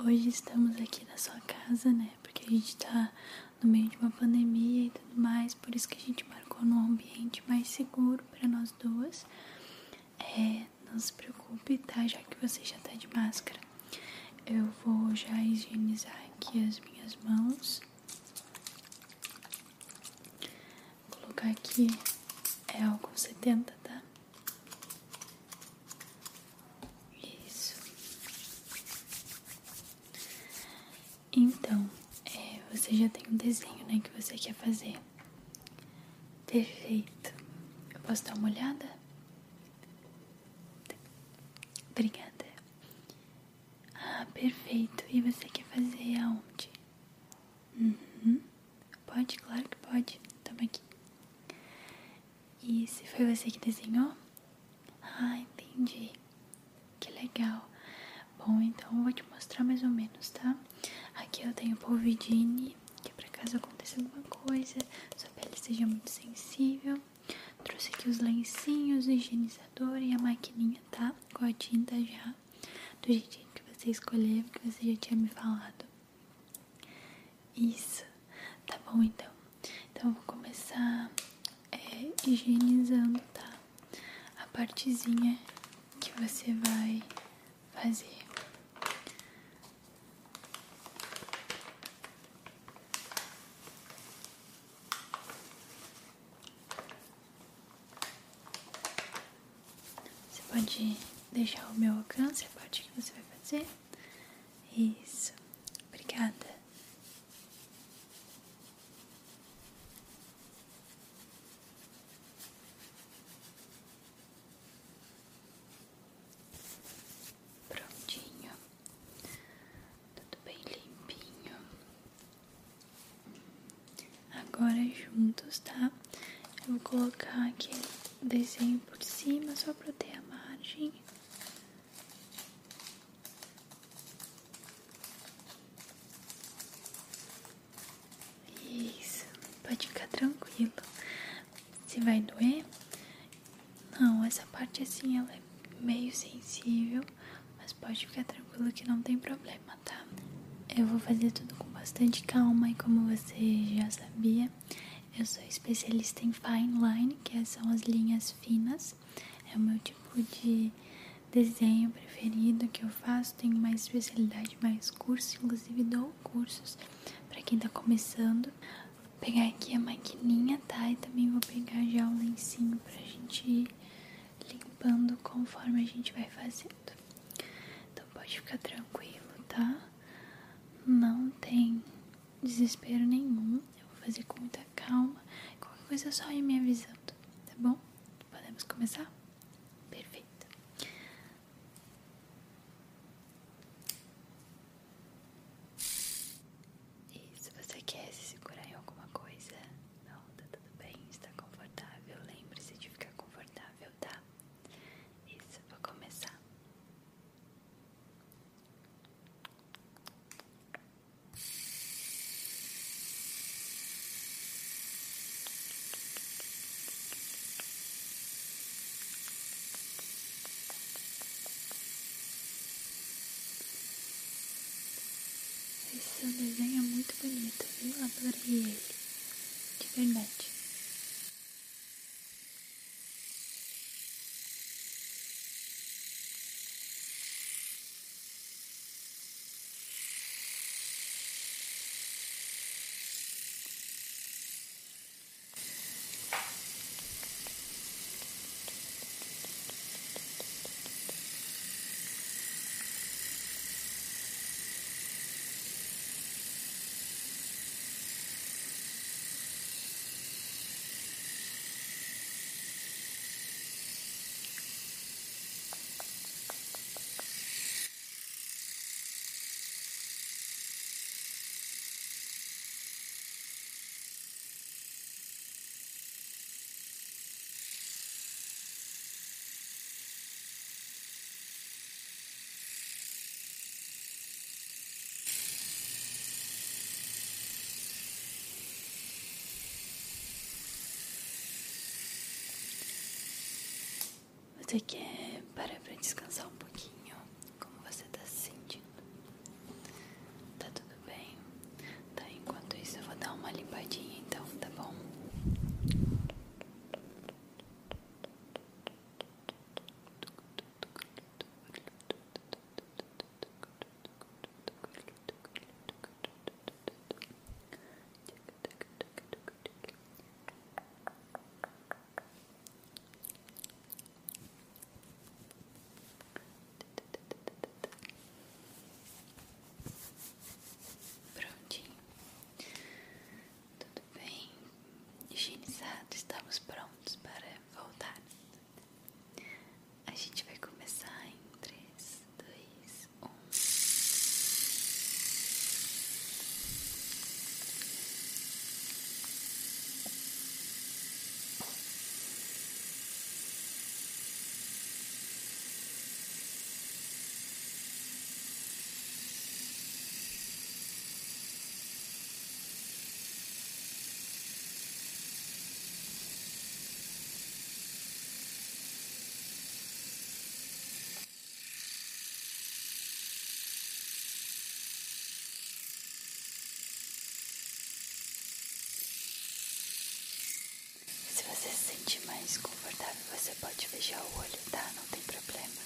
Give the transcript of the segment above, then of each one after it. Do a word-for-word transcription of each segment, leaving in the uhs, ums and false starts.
hoje estamos aqui na sua casa, né? Porque a gente tá no meio de uma pandemia e tudo mais, por isso que a gente marcou num ambiente mais seguro para nós duas. É, não se preocupe, tá? Já que você já tá de máscara, eu vou já higienizar aqui as minhas mãos. Vou colocar aqui é álcool setenta, tá? Isso. Então, é, você já tem um desenho, né, que você quer fazer. Perfeito. Eu posso dar uma olhada? Obrigada. Ah, perfeito. E você quer fazer aonde? Uhum. Pode? Claro que pode. Toma aqui. E se foi você que desenhou? Ah, entendi. Que legal. Bom, então eu vou te mostrar mais ou menos, tá? Aqui eu tenho polvidine, que é pra caso aconteça alguma coisa, sua pele seja muito sensível. Trouxe aqui os lencinhos, o higienizador e a maquininha, tá? Com a tinta já, do jeitinho que você escolheu, que você já tinha me falado. Isso. Tá bom, então. Então eu vou começar é, higienizando, tá? A partezinha que você vai fazer. Você pode deixar ao meu alcance a parte que você vai fazer? Isso. Obrigada. Prontinho. Tudo bem limpinho. Agora juntos, tá? Eu vou colocar aquele desenho por cima só pra ter a margem. Isso, pode ficar tranquilo. Se vai doer? Não, essa parte assim ela é meio sensível, mas pode ficar tranquilo que não tem problema, tá? Eu vou fazer tudo com bastante calma e como você já sabia, eu sou especialista em fine line, que são as linhas finas. É o meu tipo de desenho preferido que eu faço. Tenho mais especialidade, mais cursos, inclusive dou cursos pra quem tá começando. Vou pegar aqui a maquininha, tá? E também vou pegar já o lencinho pra gente ir limpando conforme a gente vai fazendo. Então pode ficar tranquilo, tá? Não tem desespero nenhum. Eu vou fazer com muita calma. Qualquer coisa é só ir me avisando, tá bom? Podemos começar? Perfeito. Isso, você quer se segurar em alguma coisa? Não, tá tudo bem, está confortável. Lembre-se de ficar confortável, tá? Isso, vou começar. Esse seu desenho é muito bonito, viu? Adorei ele. De verdade. Você quer parar pra descansar um pouquinho? Como você tá se sentindo? confortável, você pode fechar o olho, tá? Não tem problema.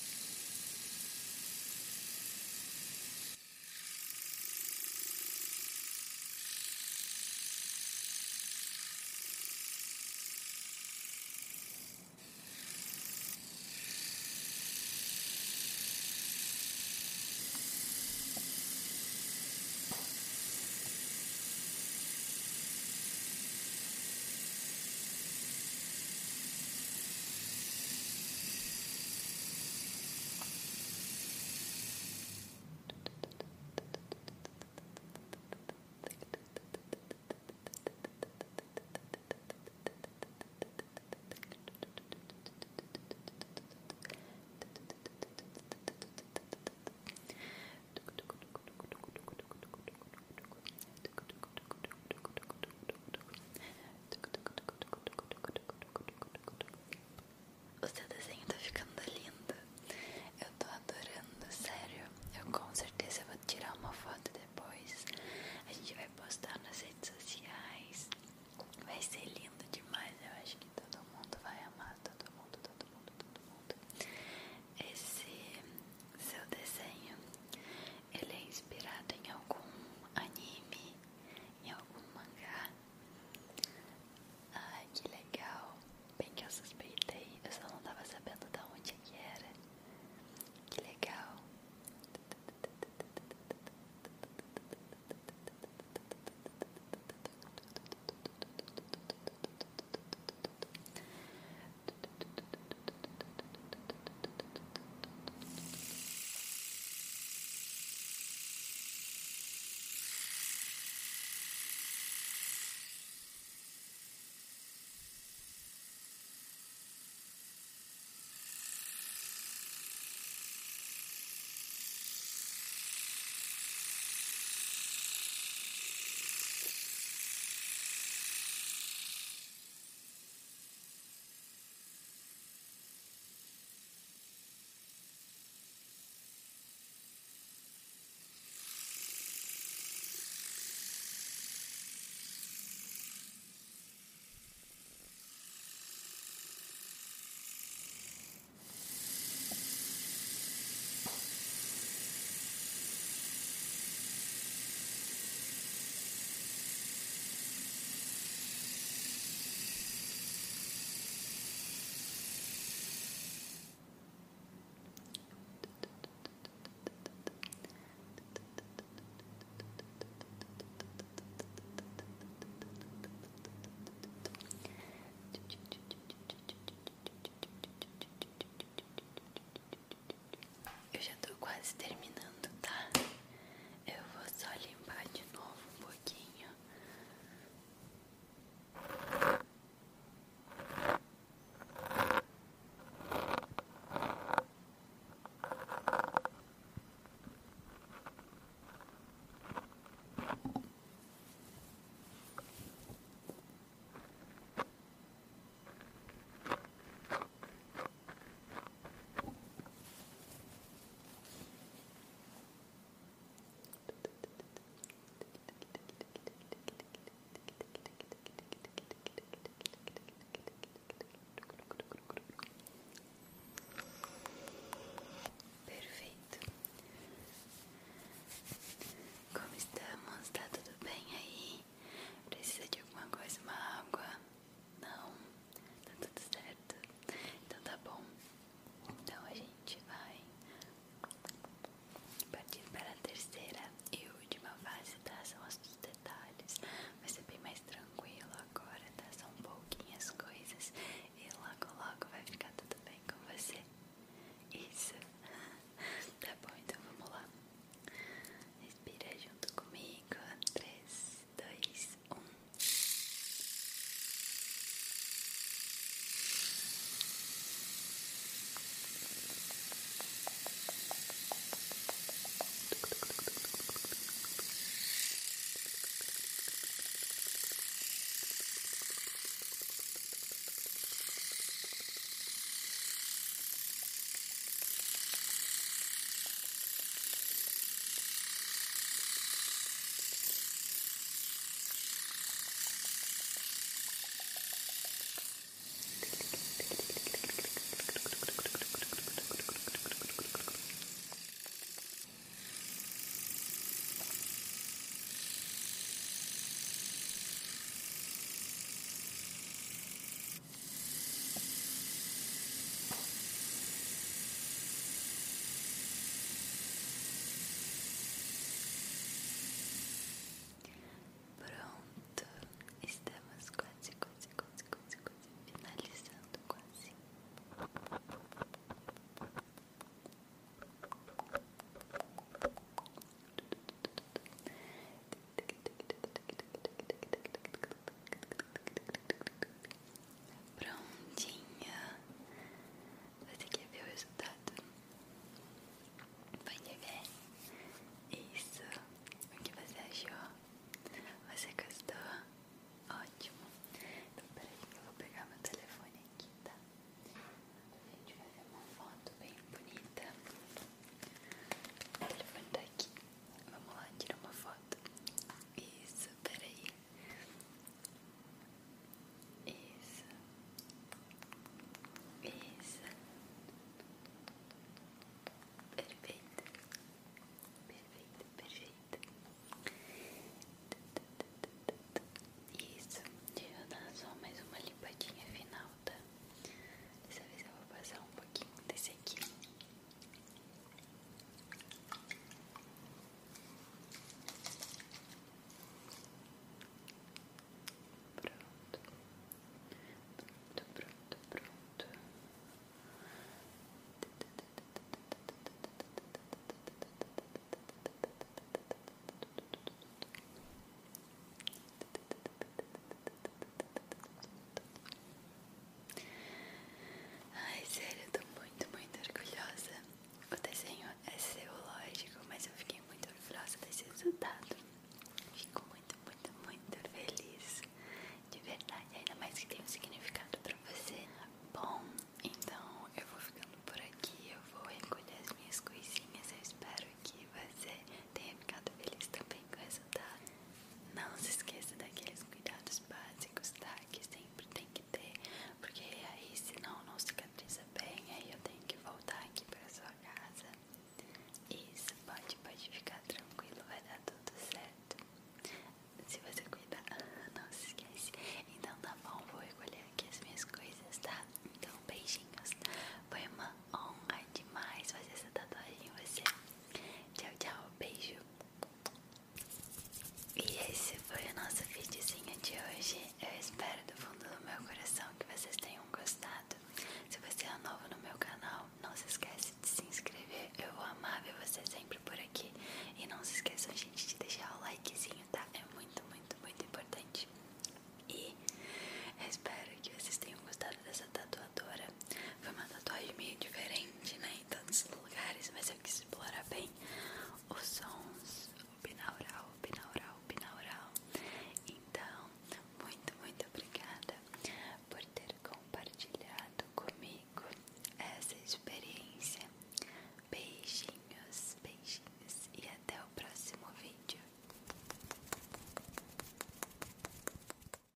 O seu desenho tá ficando lindo. Eu tô adorando, sério. Eu com certeza vou tirar uma foto depois. A gente vai postar nas redes sociais. Vai ser lindo demais. Eu acho que todo mundo vai amar. Todo mundo, todo mundo, todo mundo. Esse seu desenho, ele é inspirado em algum anime, em algum mangá? Ai, que legal. Bem que eu suspeitei, eu só não tava sabendo de onde que era. Que legal. Eu já tô quase terminando.